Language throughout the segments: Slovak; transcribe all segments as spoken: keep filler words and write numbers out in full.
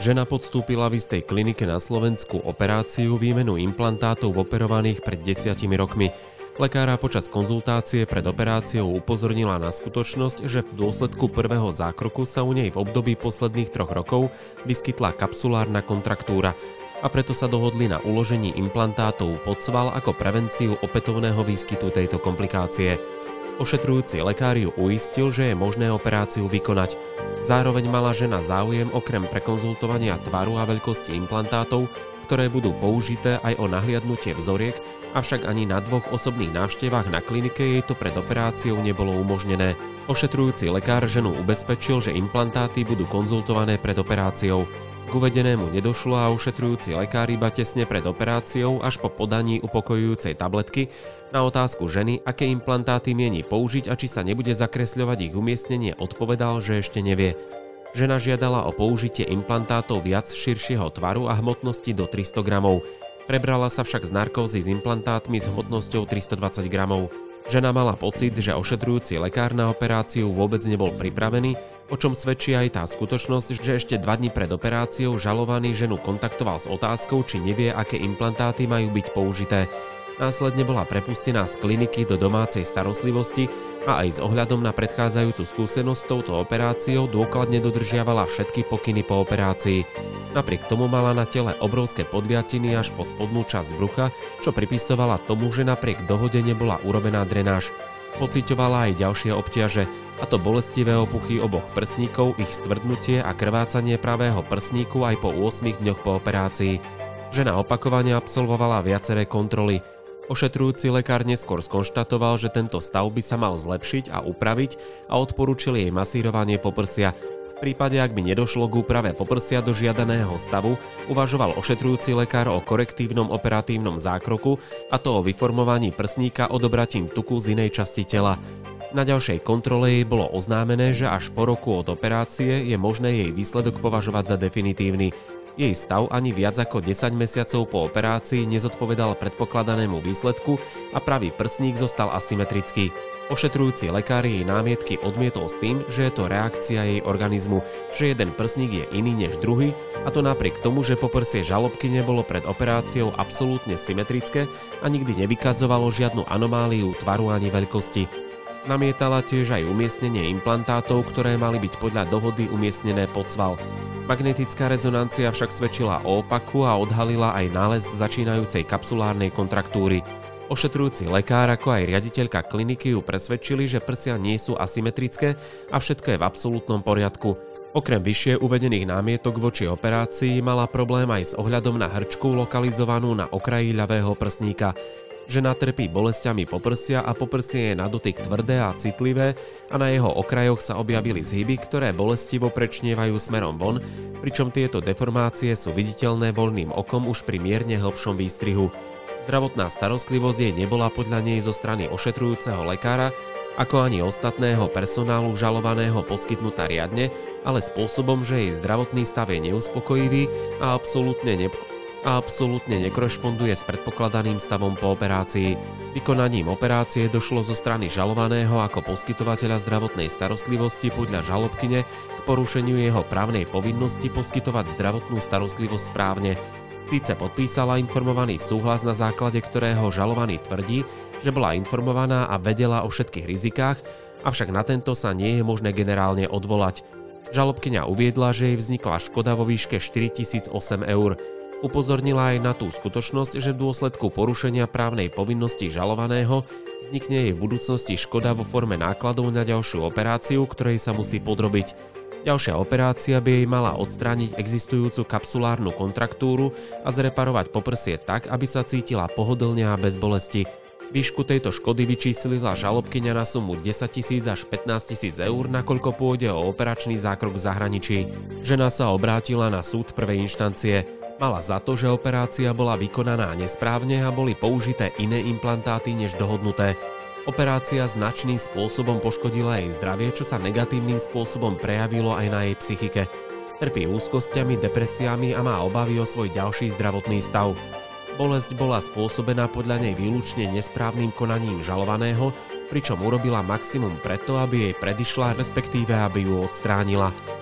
Žena podstúpila v istej klinike na Slovensku operáciu výmenu implantátov operovaných pred desiatimi rokmi. Lekára počas konzultácie pred operáciou upozornila na skutočnosť, že v dôsledku prvého zákroku sa u nej v období posledných troch rokov vyskytla kapsulárna kontraktúra a preto sa dohodli na uložení implantátov pod sval ako prevenciu opätovného výskytu tejto komplikácie. Ošetrujúci lekár ju uistil, že je možné operáciu vykonať. Zároveň mala žena záujem okrem prekonzultovania tvaru a veľkosti implantátov, ktoré budú použité aj o nahliadnutie vzoriek, avšak ani na dvoch osobných návštevách na klinike jej to pred operáciou nebolo umožnené. Ošetrujúci lekár ženu ubezpečil, že implantáty budú konzultované pred operáciou. K uvedenému nedošlo a ošetrujúci lekár iba tesne pred operáciou až po podaní upokojujúcej tabletky na otázku ženy, aké implantáty mieni použiť a či sa nebude zakresľovať ich umiestnenie, odpovedal, že ešte nevie. Žena žiadala o použitie implantátov viac širšieho tvaru a hmotnosti do tristo gramov. Prebrala sa však z narkózy s implantátmi s hmotnosťou tristodvadsať gramov. Žena mala pocit, že ošetrujúci lekár na operáciu vôbec nebol pripravený, o čom svedčí aj tá skutočnosť, že ešte dva dni pred operáciou žalovaný ženu kontaktoval s otázkou, či nevie, aké implantáty majú byť použité. Následne bola prepustená z kliniky do domácej starostlivosti a aj s ohľadom na predchádzajúcu skúsenosť s touto operáciou dôkladne dodržiavala všetky pokyny po operácii. Napriek tomu mala na tele obrovské podliatiny až po spodnú časť brucha, čo pripisovala tomu, že napriek dohode nebola urobená drenáž. Pociťovala aj ďalšie obťaže, a to bolestivé opuchy oboch prsníkov, ich stvrdnutie a krvácanie pravého prsníku aj po ôsmich dňoch po operácii. Žena opakovane absolvovala viaceré kontroly. Ošetrujúci lekár neskôr skonštatoval, že tento stav by sa mal zlepšiť a upraviť a odporúčil jej masírovanie poprsia. V prípade, ak by nedošlo k úprave poprsia do žiadaného stavu, uvažoval ošetrujúci lekár o korektívnom operatívnom zákroku, a to o vyformovaní prsníka odobratím tuku z inej časti tela. Na ďalšej kontrole jej bolo oznámené, že až po roku od operácie je možné jej výsledok považovať za definitívny. Jej stav ani viac ako desať mesiacov po operácii nezodpovedal predpokladanému výsledku a pravý prsník zostal asymetrický. Ošetrujúci lekár jej námietky odmietol s tým, že je to reakcia jej organizmu, že jeden prsník je iný než druhý, a to napriek tomu, že poprsie žalobky nebolo pred operáciou absolútne symetrické a nikdy nevykazovalo žiadnu anomáliu tvaru ani veľkosti. Namietala tiež aj umiestnenie implantátov, ktoré mali byť podľa dohody umiestnené pod sval. Magnetická rezonancia však svedčila o opaku a odhalila aj nález začínajúcej kapsulárnej kontraktúry. Ošetrujúci lekár ako aj riaditeľka kliniky ju presvedčili, že prsia nie sú asymetrické a všetko je v absolútnom poriadku. Okrem vyššie uvedených námietok voči operácii mala problém aj s ohľadom na hrčku lokalizovanú na okraji ľavého prsníka. Žena trpí bolestiami poprsia a poprsie je na dotyk tvrdé a citlivé a na jeho okrajoch sa objavili zhyby, ktoré bolestivo prečnievajú smerom von, pričom tieto deformácie sú viditeľné voľným okom už pri mierne hlbšom výstrihu. Zdravotná starostlivosť jej nebola podľa nej zo strany ošetrujúceho lekára, ako ani ostatného personálu žalovaného poskytnutá riadne, ale spôsobom, že jej zdravotný stav je neuspokojivý a absolútne nepokojivý. a absolútne nekorešponduje s predpokladaným stavom po operácii. Vykonaním operácie došlo zo strany žalovaného ako poskytovateľa zdravotnej starostlivosti podľa žalobkyne k porušeniu jeho právnej povinnosti poskytovať zdravotnú starostlivosť správne. Síce podpísala informovaný súhlas, na základe ktorého žalovaný tvrdí, že bola informovaná a vedela o všetkých rizikách, avšak na tento sa nie je možné generálne odvolať. Žalobkyňa uviedla, že jej vznikla škoda vo výške štyritisíc osem eur. Upozornila aj na tú skutočnosť, že v dôsledku porušenia právnej povinnosti žalovaného vznikne jej v budúcnosti škoda vo forme nákladov na ďalšiu operáciu, ktorej sa musí podrobiť. Ďalšia operácia by jej mala odstrániť existujúcu kapsulárnu kontraktúru a zreparovať poprsie tak, aby sa cítila pohodlne a bez bolesti. Výšku tejto škody vyčíslila žalobkyňa na sumu desaťtisíc až pätnásťtisíc eur, nakoľko pôjde o operačný zákrok v zahraničí. Žena sa obrátila na súd prvej inštancie. Mala za to, že operácia bola vykonaná nesprávne a boli použité iné implantáty než dohodnuté. Operácia značným spôsobom poškodila jej zdravie, čo sa negatívnym spôsobom prejavilo aj na jej psychike. Trpí úzkosťami, depresiami a má obavy o svoj ďalší zdravotný stav. Bolesť bola spôsobená podľa nej výlučne nesprávnym konaním žalovaného, pričom urobila maximum preto, aby jej predišla, respektíve aby ju odstránila.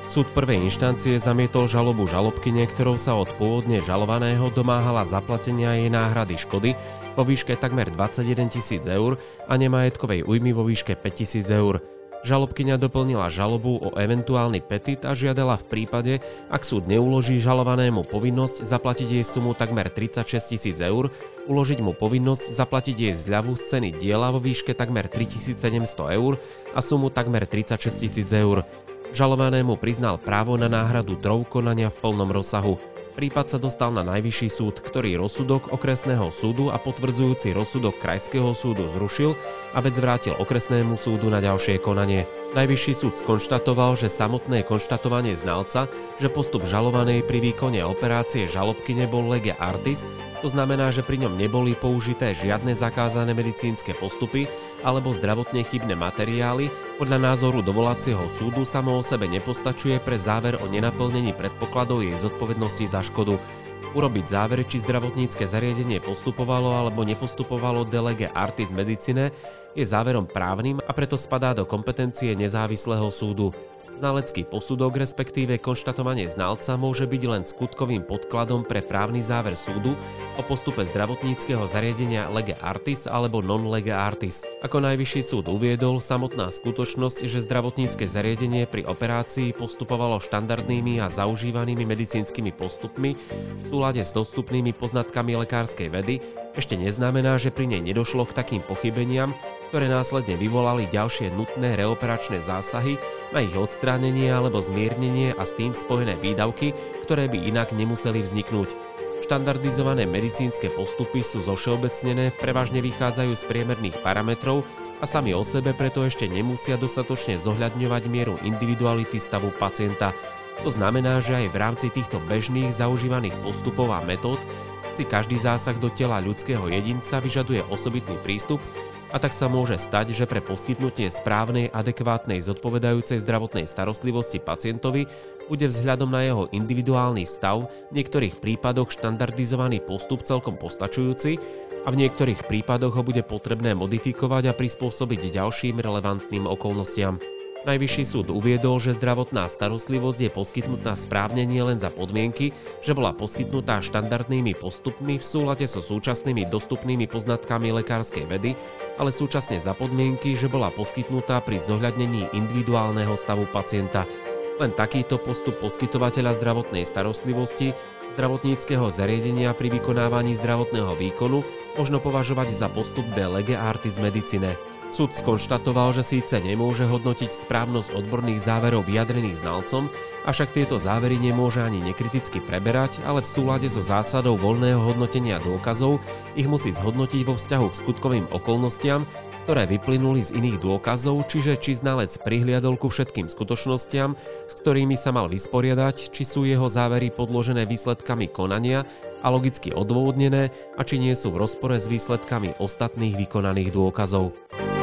Súd prvej inštancie zamietol žalobu žalobkyne, ktorou sa od pôvodne žalovaného domáhala zaplatenia jej náhrady škody vo výške takmer dvadsaťjeden tisíc eur a nemajetkovej újmy vo výške päť tisíc eur. Žalobkyňa doplnila žalobu o eventuálny petit a žiadala v prípade, ak súd neuloží žalovanému povinnosť zaplatiť jej sumu takmer tridsaťšesť tisíc eur, uložiť mu povinnosť zaplatiť jej zľavu z ceny diela vo výške takmer tritisícsedemsto eur a sumu takmer tridsaťšesť tisíc eur. Žalovanému priznal právo na náhradu drov konania v plnom rozsahu. Prípad sa dostal na Najvyšší súd, ktorý rozsudok okresného súdu a potvrdzujúci rozsudok krajského súdu zrušil a vec vrátil okresnému súdu na ďalšie konanie. Najvyšší súd skonštatoval, že samotné konštatovanie znalca, že postup žalovanej pri výkone operácie žalobky nebol lege artis, to znamená, že pri ňom neboli použité žiadne zakázané medicínske postupy alebo zdravotne chybné materiály, podľa názoru dovolacieho súdu samo o sebe nepostačuje pre záver o nenaplnení predpokladov jej zodpovednosti za škodu. Urobiť záver, či zdravotnícke zariadenie postupovalo alebo nepostupovalo de lege artis medicine, je záverom právnym a preto spadá do kompetencie nezávislého súdu. Znalecký posudok, respektíve konštatovanie znalca, môže byť len skutkovým podkladom pre právny záver súdu o postupe zdravotníckeho zariadenia lege artis alebo non lege artis. Ako Najvyšší súd uviedol, samotná skutočnosť, že zdravotnícke zariadenie pri operácii postupovalo štandardnými a zaužívanými medicínskymi postupmi v súlade s dostupnými poznatkami lekárskej vedy, ešte neznamená, že pri nej nedošlo k takým pochybeniam, ktoré následne vyvolali ďalšie nutné reoperačné zásahy na ich odstránenie alebo zmiernenie a s tým spojené výdavky, ktoré by inak nemuseli vzniknúť. Štandardizované medicínske postupy sú zovšeobecnené, prevažne vychádzajú z priemerných parametrov a sami o sebe preto ešte nemusia dostatočne zohľadňovať mieru individuality stavu pacienta. To znamená, že aj v rámci týchto bežných zaužívaných postupov a metód si každý zásah do tela ľudského jedinca vyžaduje osobitný prístup, a tak sa môže stať, že pre poskytnutie správnej, adekvátnej, zodpovedajúcej zdravotnej starostlivosti pacientovi bude vzhľadom na jeho individuálny stav v niektorých prípadoch štandardizovaný postup celkom postačujúci a v niektorých prípadoch ho bude potrebné modifikovať a prispôsobiť ďalším relevantným okolnostiam. Najvyšší súd uviedol, že zdravotná starostlivosť je poskytnutá správne nielen za podmienky, že bola poskytnutá štandardnými postupmi v súlade so súčasnými dostupnými poznatkami lekárskej vedy, ale súčasne za podmienky, že bola poskytnutá pri zohľadnení individuálneho stavu pacienta. Len takýto postup poskytovateľa zdravotnej starostlivosti, zdravotníckeho zariadenia pri vykonávaní zdravotného výkonu možno považovať za postup de lege artis medicine. Súd skonštatoval, že síce nemôže hodnotiť správnosť odborných záverov vyjadrených znalcom, avšak tieto závery nemôže ani nekriticky preberať, ale v súlade so zásadou voľného hodnotenia dôkazov ich musí zhodnotiť vo vzťahu k skutkovým okolnostiam, ktoré vyplynuli z iných dôkazov, čiže či znalec prihliadol ku všetkým skutočnostiam, s ktorými sa mal vysporiadať, či sú jeho závery podložené výsledkami konania a logicky odôvodnené a či nie sú v rozpore s výsledkami ostatných vykonaných dôkazov.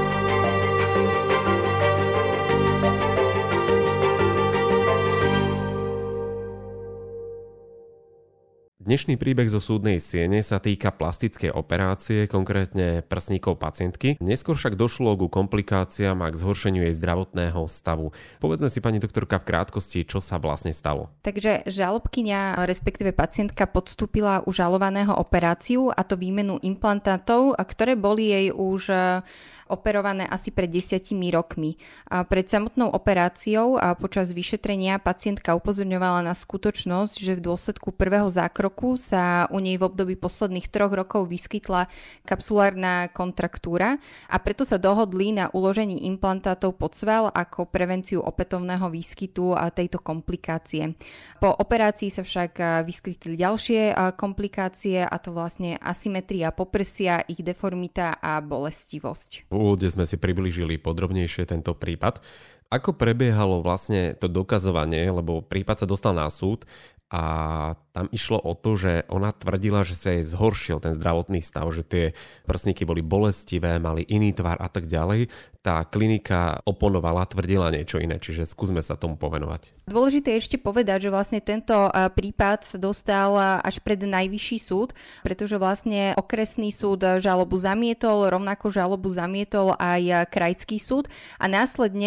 Dnešný príbeh zo súdnej siene sa týka plastickej operácie, konkrétne prsníkov pacientky. Neskôr však došlo ku komplikáciám a k zhoršeniu jej zdravotného stavu. Povedzme si, pani doktorka, v krátkosti, čo sa vlastne stalo. Takže žalobkyňa, respektíve pacientka, podstúpila u žalovaného operáciu, a to výmenu implantátov, ktoré boli jej už operované asi pred desiatimi rokmi. A pred samotnou operáciou a počas vyšetrenia pacientka upozorňovala na skutočnosť, že v dôsledku prvého zákroku sa u nej v období posledných troch rokov vyskytla kapsulárna kontraktúra a preto sa dohodli na uložení implantátov pod sval ako prevenciu opätovného výskytu tejto komplikácie. Po operácii sa však vyskytli ďalšie komplikácie, a to vlastne asymetria poprsia, ich deformita a bolestivosť. V úvode sme si priblížili podrobnejšie tento prípad. Ako prebiehalo vlastne to dokazovanie, lebo prípad sa dostal na súd a tam išlo o to, že ona tvrdila, že sa jej zhoršil ten zdravotný stav, že tie prsníky boli bolestivé, mali iný tvar a tak ďalej. Tá klinika oponovala, tvrdila niečo iné, čiže skúsme sa tomu povenovať. Dôležité je ešte povedať, že vlastne tento prípad sa dostal až pred Najvyšší súd, pretože vlastne okresný súd žalobu zamietol, rovnako žalobu zamietol aj krajský súd a následne sa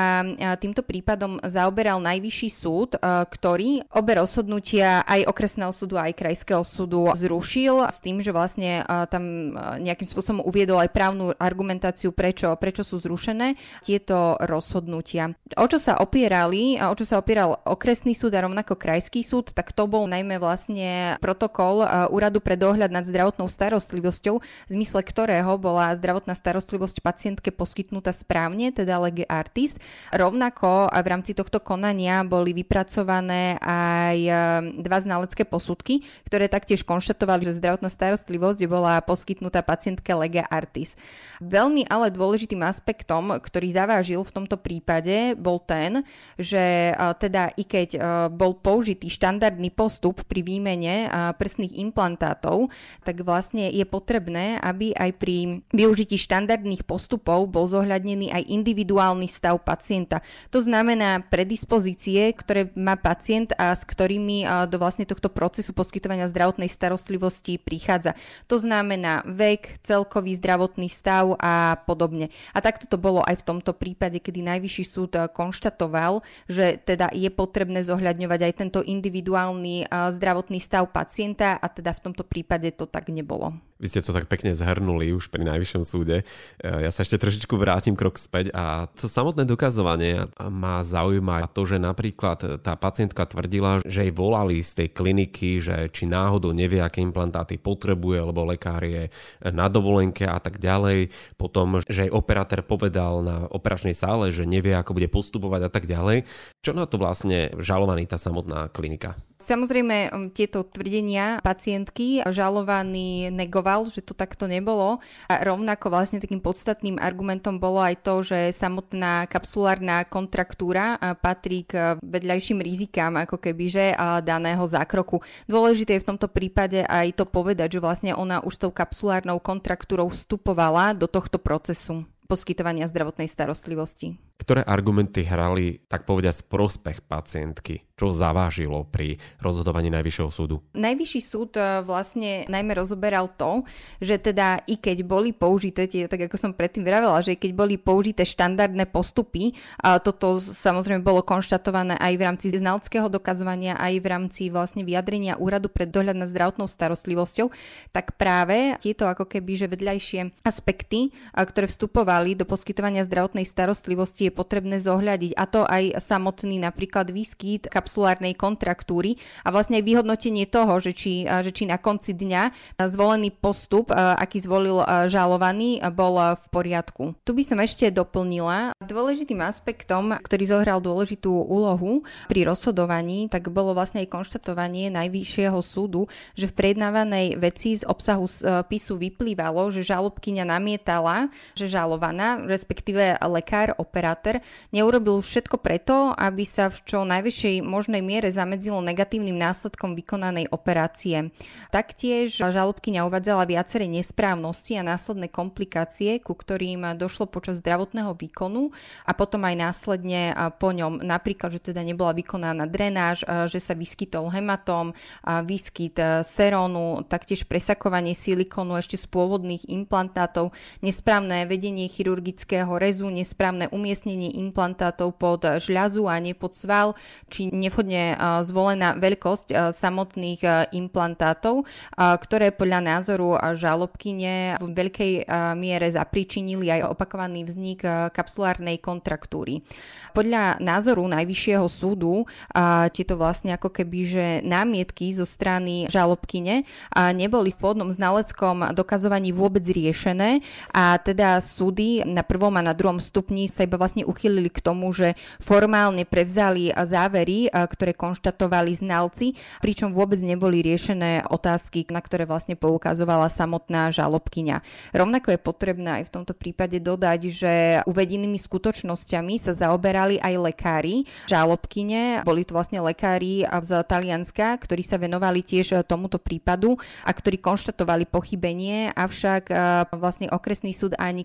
sa týmto prípadom zaoberal Najvyšší súd, ktorý obe rozhodnutia aj okresného súdu, aj krajského súdu zrušil s tým, že vlastne tam nejakým spôsobom uviedol aj právnu argumentáciu, prečo, prečo sú zrušené tieto rozhodnutia. O čo sa opierali, o čo sa opieral okresný súd a rovnako krajský súd, tak to bol najmä vlastne protokol Úradu pre dohľad nad zdravotnou starostlivosťou, v zmysle ktorého bola zdravotná starostlivosť pacientke poskytnutá správne, teda lege artis. Rovnako v rámci tohto konania boli vypracované aj dva znalecké posudky, ktoré taktiež konštatovali, že zdravotná starostlivosť bola poskytnutá pacientke lege artis. Veľmi ale dôležitým aspektom, ktorý zavážil v tomto prípade, bol ten, že teda i keď bol použitý štandardný postup pri výmene prstných implantátov, tak vlastne je potrebné, aby aj pri využití štandardných postupov bol zohľadnený aj individuálny stav pacienta. To znamená predispozície, ktoré má pacient a s ktorými do vlastne tohto procesu poskytovania zdravotnej starostlivosti prichádza. To znamená vek, celkový zdravotný stav a podobne. A takto to bolo aj v tomto prípade, kedy Najvyšší súd konštatoval, že teda je potrebné zohľadňovať aj tento individuálny zdravotný stav pacienta a teda v tomto prípade to tak nebolo. Vy ste to tak pekne zhrnuli už pri Najvyššom súde. Ja sa ešte trošičku vrátim krok späť a to samotné dokazovanie ma zaujíma to, že napríklad tá pacientka tvrdila, že jej volali z tej kliniky, že či náhodou nevie, aké implantáty potrebuje, lebo lekár je na dovolenke a tak ďalej. Potom, že jej operátor povedal na operačnej sále, že nevie, ako bude postupovať a tak ďalej. Čo na to vlastne žalovaný tá samotná klinika? Samozrejme, tieto tvrdenia pacientky žalovaný negoval, že to takto nebolo. A rovnako vlastne takým podstatným argumentom bolo aj to, že samotná kapsulárna kontraktúra patrí k vedľajším rizikám ako kebyže daného zákroku. Dôležité je v tomto prípade aj to povedať, že vlastne ona už s tou kapsulárnou kontraktúrou vstupovala do tohto procesu poskytovania zdravotnej starostlivosti. Ktoré argumenty hrali, tak povediať, z prospech pacientky? Čo zavážilo pri rozhodovaní Najvyššieho súdu? Najvyšší súd vlastne najmä rozoberal to, že teda i keď boli použité, tak ako som predtým vravela, že keď boli použité štandardné postupy, a toto samozrejme bolo konštatované aj v rámci znaleckého dokazovania, aj v rámci vlastne vyjadrenia Úradu pre dohľad nad zdravotnou starostlivosťou, tak práve tieto ako keby že vedľajšie aspekty, ktoré vstupovali do poskytovania zdravotnej starostlivosti, je potrebné zohľadiť, a to aj samotný napríklad výskyt kapsulárnej kontraktúry a vlastne aj vyhodnotenie toho, že či, že či na konci dňa zvolený postup, aký zvolil žalovaný, bol v poriadku. Tu by som ešte doplnila. Dôležitým aspektom, ktorý zohral dôležitú úlohu pri rozhodovaní, tak bolo vlastne aj konštatovanie Najvyššieho súdu, že v prejednávanej veci z obsahu spisu vyplývalo, že žalobkyňa namietala, že žalovaná, respektíve lekár, operátor, neurobil všetko preto, aby sa v čo najväčšej možnej miere zamedzilo negatívnym následkom vykonanej operácie. Taktiež žalobkyňa uvádzala viaceré nesprávnosti a následné komplikácie, ku ktorým došlo počas zdravotného výkonu a potom aj následne po ňom. Napríklad, že teda nebola vykonaná drenáž, že sa vyskytol hematóm, výskyt serónu, taktiež presakovanie silikónu ešte z pôvodných implantátov, nesprávne vedenie chirurgického rezu, nesprávne umiestnenie implantátov pod žľazu a nie pod sval, či nevhodne zvolená veľkosť samotných implantátov, ktoré podľa názoru žalobkyne v veľkej miere zapríčinili aj opakovaný vznik kapsulárnej kontraktúry. Podľa názoru Najvyššieho súdu tieto vlastne ako keby že námietky zo strany žalobkyne neboli v pôvodnom znaleckom dokazovaní vôbec riešené a teda súdy na prvom a na druhom stupni sa iba vlastne uchýlili k tomu, že formálne prevzali závery, ktoré konštatovali znalci, pričom vôbec neboli riešené otázky, na ktoré vlastne poukazovala samotná žalobkyňa. Rovnako je potrebné aj v tomto prípade dodať, že uvedenými skutočnosťami sa zaoberali aj lekári žalobkyne. Boli to vlastne lekári z Talianska, ktorí sa venovali tiež tomuto prípadu a ktorí konštatovali pochybenie, avšak vlastne okresný súd ani krajský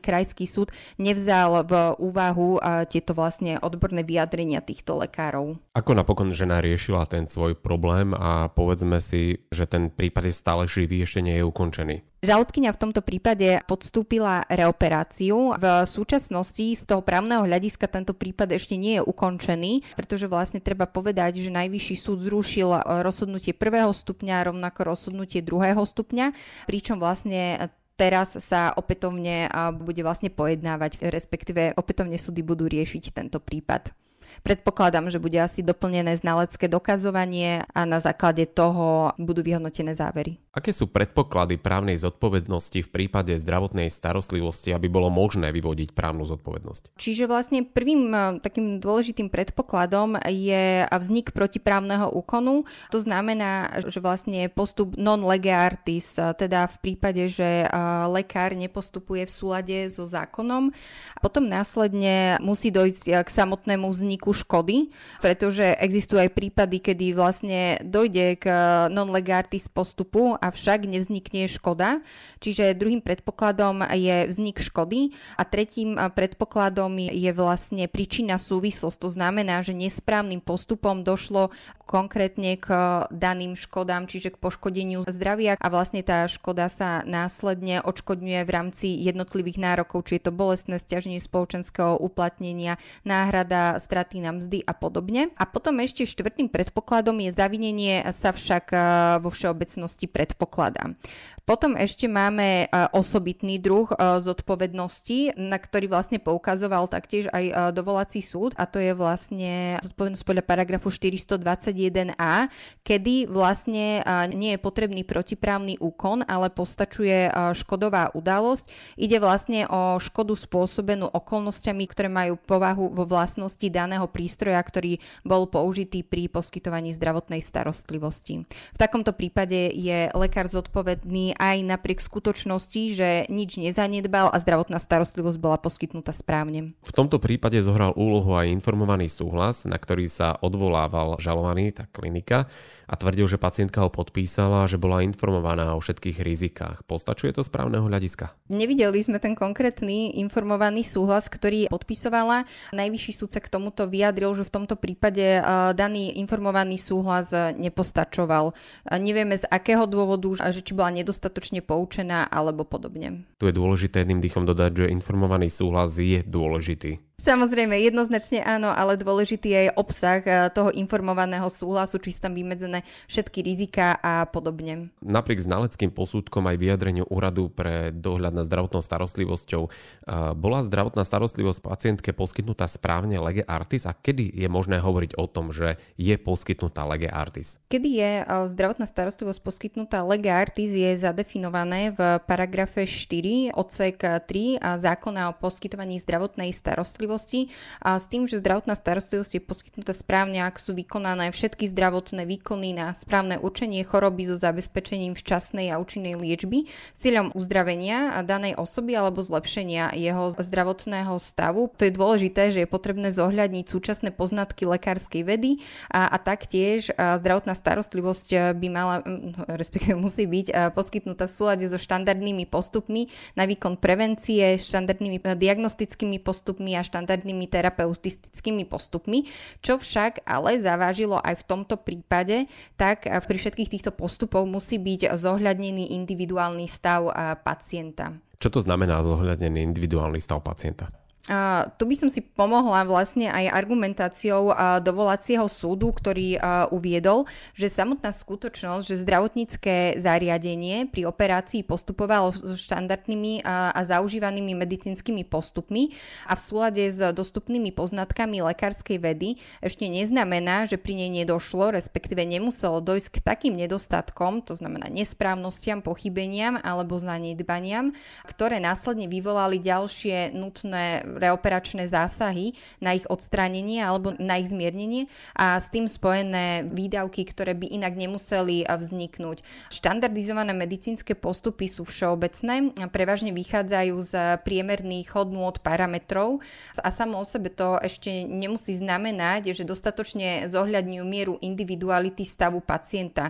súd nevzal v úvahu tieto vlastne odborné vyjadrenia týchto lekárov. Ako napokon žena riešila ten svoj problém a povedzme si, že ten prípad je stále živý, ešte nie je ukončený? Žalobkyňa v tomto prípade podstúpila reoperáciu. V súčasnosti z toho právneho hľadiska tento prípad ešte nie je ukončený, pretože vlastne treba povedať, že Najvyšší súd zrušil rozhodnutie prvého stupňa, rovnako rozhodnutie druhého stupňa, pričom vlastne teraz sa opätovne bude vlastne pojednávať, respektíve opätovne súdy budú riešiť tento prípad. Predpokladám, že bude asi doplnené znalecké dokazovanie a na základe toho budú vyhodnotené závery. Aké sú predpoklady právnej zodpovednosti v prípade zdravotnej starostlivosti, aby bolo možné vyvodiť právnu zodpovednosť? Čiže vlastne prvým takým dôležitým predpokladom je vznik protiprávneho úkonu. To znamená, že vlastne postup non lege artis, teda v prípade, že lekár nepostupuje v súlade so zákonom. Potom následne musí dojsť k samotnému vzniku škody, pretože existujú aj prípady, kedy vlastne dojde k non lege artis postupu, avšak nevznikne škoda. Čiže druhým predpokladom je vznik škody a tretím predpokladom je vlastne príčinná súvislosť. To znamená, že nesprávnym postupom došlo konkrétne k daným škodám, čiže k poškodeniu zdravia a vlastne tá škoda sa následne odškodňuje v rámci jednotlivých nárokov, či je to bolestné sťaženie spoločenského uplatnenia, náhrada straty na mzdy a podobne. A potom ešte štvrtým predpokladom je zavinenie sa však vo všeobecnosti predpokladá. Potom ešte máme osobitný druh zodpovednosti, na ktorý vlastne poukazoval taktiež aj dovolací súd, a to je vlastne zodpovednosť podľa paragrafu štyristodvadsaťjeden a, kedy vlastne nie je potrebný protiprávny úkon, ale postačuje škodová udalosť. Ide vlastne o škodu spôsobenú okolnostiami, ktoré majú povahu vo vlastnosti daného prístroja, ktorý bol použitý pri poskytovaní zdravotnej starostlivosti. V takomto prípade je lekár zodpovedný aj napriek skutočnosti, že nič nezanedbal a zdravotná starostlivosť bola poskytnutá správne. V tomto prípade zohral úlohu aj informovaný súhlas, na ktorý sa odvolával žalovaný, tá klinika, a tvrdil, že pacientka ho podpísala, že bola informovaná o všetkých rizikách. Postačuje to z právneho hľadiska? Nevideli sme ten konkrétny informovaný súhlas, ktorý podpisovala. Najvyšší súd sa k tomuto vyjadril, že v tomto prípade daný informovaný súhlas nepostačoval. Nevieme z akého dôvodu, že či bola nedostatočne poučená alebo podobne. Tu je dôležité jedným dýchom dodať, že informovaný súhlas je dôležitý. Samozrejme, jednoznačne áno, ale dôležitý je aj obsah toho informovaného súhlasu, či sú tam vymedzené všetky riziká a podobne. Napriek znaleckým posúdkom aj vyjadreniu úradu pre dohľad nad zdravotnou starostlivosťou, bola zdravotná starostlivosť pacientke poskytnutá správne lege artis a kedy je možné hovoriť o tom, že je poskytnutá lege artis? Kedy je zdravotná starostlivosť poskytnutá lege artis je zadefinované v paragrafe štyri odsek tri zákona o poskytovaní zdravotnej starostlivosti a s tým, že zdravotná starostlivosť je poskytnutá správne, ak sú vykonané všetky zdravotné výkony na správne určenie choroby so zabezpečením včasnej a účinnej liečby s cieľom uzdravenia danej osoby alebo zlepšenia jeho zdravotného stavu. To je dôležité, že je potrebné zohľadniť súčasné poznatky lekárskej vedy a, a taktiež a zdravotná starostlivosť by mala, respektíve musí byť poskytnutá v súlade so štandardnými postupmi na výkon prevencie, štandardnými diagnostickými postupmi a štandardnými štandardnými terapeutickými postupmi, čo však ale zavážilo aj v tomto prípade, tak pri všetkých týchto postupoch musí byť zohľadnený individuálny stav pacienta. Čo to znamená zohľadnený individuálny stav pacienta? Uh, tu by som si pomohla vlastne aj argumentáciou uh, dovolacieho súdu, ktorý uh, uviedol, že samotná skutočnosť, že zdravotnícke zariadenie pri operácii postupovalo so štandardnými uh, a zaužívanými medicínskymi postupmi a v súlade s dostupnými poznatkami lekárskej vedy ešte neznamená, že pri nej nedošlo, respektíve nemuselo dojsť k takým nedostatkom, to znamená nesprávnostiam, pochybeniam alebo zanedbaniam, ktoré následne vyvolali ďalšie nutné reoperačné zásahy na ich odstránenie alebo na ich zmiernenie a s tým spojené výdavky, ktoré by inak nemuseli vzniknúť. Štandardizované medicínske postupy sú všeobecné, prevažne vychádzajú z priemerných hodnôt parametrov a samo o sebe to ešte nemusí znamenať, že dostatočne zohľadňujú mieru individuality stavu pacienta.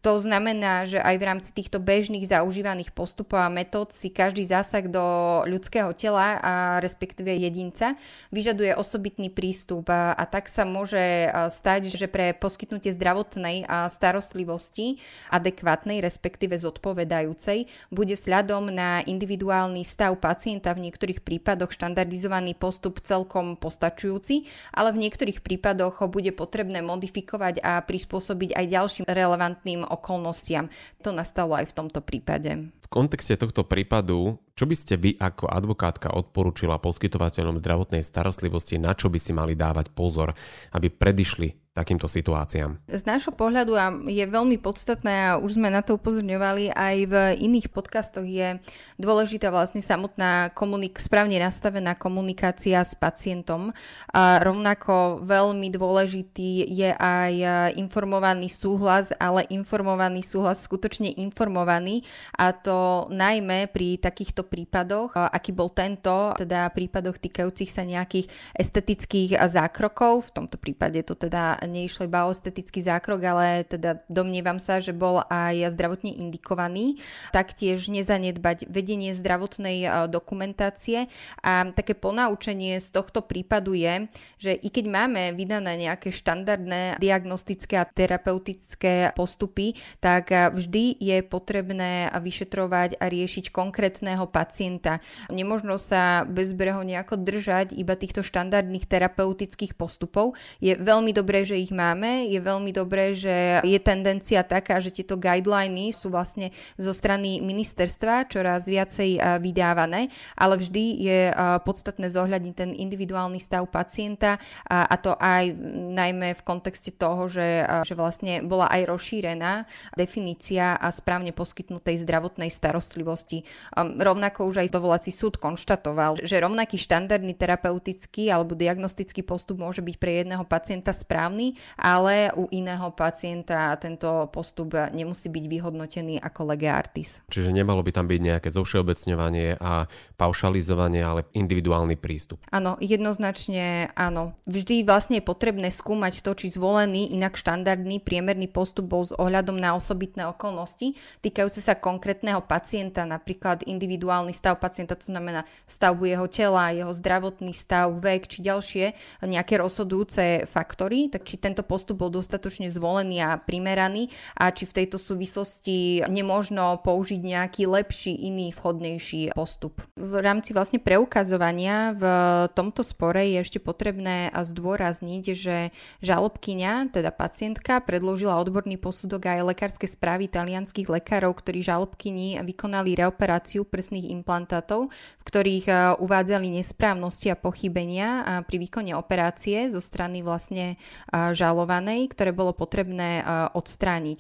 To znamená, že aj v rámci týchto bežných zaužívaných postupov a metód si každý zásah do ľudského tela a respektíve jedinca vyžaduje osobitný prístup a, a tak sa môže stať, že pre poskytnutie zdravotnej starostlivosti adekvátnej, respektíve zodpovedajúcej, bude vzhľadom na individuálny stav pacienta v niektorých prípadoch štandardizovaný postup celkom postačujúci, ale v niektorých prípadoch ho bude potrebné modifikovať a prispôsobiť aj ďalším relevantným okolnostiam. To nastalo aj v tomto prípade. V kontexte tohto prípadu, čo by ste vy ako advokátka odporúčila poskytovateľom zdravotnej starostlivosti, na čo by si mali dávať pozor, aby predišli takýmto situáciám? Z nášho pohľadu je veľmi podstatné, a už sme na to upozorňovali aj v iných podcastoch, je dôležitá vlastne samotná komunik- správne nastavená komunikácia s pacientom. A rovnako veľmi dôležitý je aj informovaný súhlas, ale informovaný súhlas skutočne informovaný, a to najmä pri takýchto prípadoch, aký bol tento, teda prípadoch týkajúcich sa nejakých estetických zákrokov. V tomto prípade to teda neišlo iba o estetický zákrok, ale teda domnievam sa, že bol aj zdravotne indikovaný. Taktiež nezanedbať vedenie zdravotnej dokumentácie, a také ponaučenie z tohto prípadu je, že i keď máme vydané nejaké štandardné diagnostické a terapeutické postupy, tak vždy je potrebné vyšetrovať a riešiť konkrétneho pacienta. Nemožno sa bezbreho nejako držať iba týchto štandardných terapeutických postupov. Je veľmi dobré, že ich máme. Je veľmi dobré, že je tendencia taká, že tieto guideliny sú vlastne zo strany ministerstva čoraz viacej vydávané, ale vždy je podstatné zohľadniť ten individuálny stav pacienta, a to aj najmä v kontexte toho, že, že vlastne bola aj rozšírená definícia a správne poskytnutej zdravotnej starostlivosti. Rovnako už aj dovolací súd konštatoval, že rovnaký štandardný terapeutický alebo diagnostický postup môže byť pre jedného pacienta správny, ale u iného pacienta tento postup nemusí byť vyhodnotený ako lege artis. Čiže nemalo by tam byť nejaké zovšeobecňovanie a paušalizovanie, ale individuálny prístup. Áno, jednoznačne áno. Vždy vlastne je potrebné skúmať to, či zvolený inak štandardný priemerný postup bol s ohľadom na osobitné okolnosti týkajúce sa konkrétneho pacienta, napríklad individuálny stav pacienta, to znamená stavbu jeho tela, jeho zdravotný stav, vek či ďalšie nejaké rozhodujúce faktory, tak či tento postup bol dostatočne zvolený a primeraný, a či v tejto súvislosti nemožno použiť nejaký lepší, iný, vhodnejší postup. V rámci vlastne preukazovania v tomto spore je ešte potrebné zdôrazniť, že žalobkyňa, teda pacientka, predložila odborný posudok aj lekárske správy talianskych lekárov, ktorí žalobkyni vykonali reoperáciu prsných implantátov, v ktorých uvádzali nesprávnosti a pochybenia pri výkone operácie zo strany vlastne žalovanej, ktoré bolo potrebné odstrániť.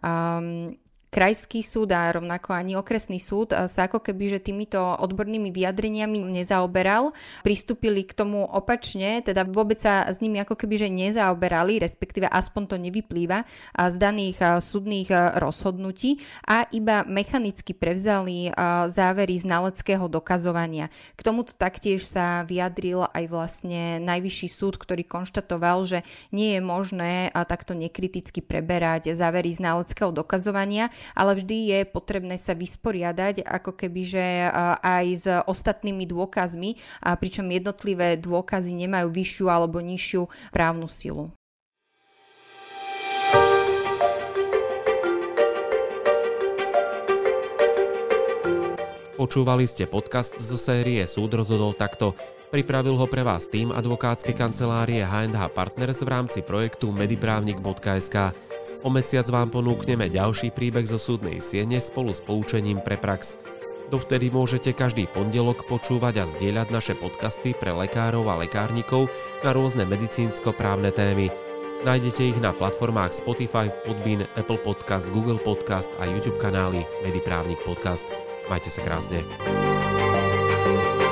Um, Krajský súd a rovnako ani okresný súd sa ako keby, že týmito odbornými vyjadreniami nezaoberal. Pristúpili k tomu opačne, teda vôbec sa s nimi ako keby, že nezaoberali, respektíve aspoň to nevyplýva z daných súdnych rozhodnutí, a iba mechanicky prevzali závery znaleckého dokazovania. K tomuto taktiež sa vyjadril aj vlastne Najvyšší súd, ktorý konštatoval, že nie je možné takto nekriticky preberať závery znaleckého dokazovania, ale vždy je potrebné sa vysporiadať ako keby, že aj s ostatnými dôkazmi, pričom jednotlivé dôkazy nemajú vyššiu alebo nižšiu právnu silu. Počúvali ste podcast zo série Súd rozhodol takto. Pripravil ho pre vás tým advokátskej kancelárie há end há Partners v rámci projektu mediprávnik bodka es ká. O mesiac vám ponúkneme ďalší príbeh zo súdnej siene spolu s poučením pre prax. Dovtedy môžete každý pondelok počúvať a zdieľať naše podcasty pre lekárov a lekárnikov na rôzne medicínsko-právne témy. Nájdete ich na platformách Spotify, Podbean, Apple Podcast, Google Podcast a YouTube kanály Mediprávnik Podcast. Majte sa krásne.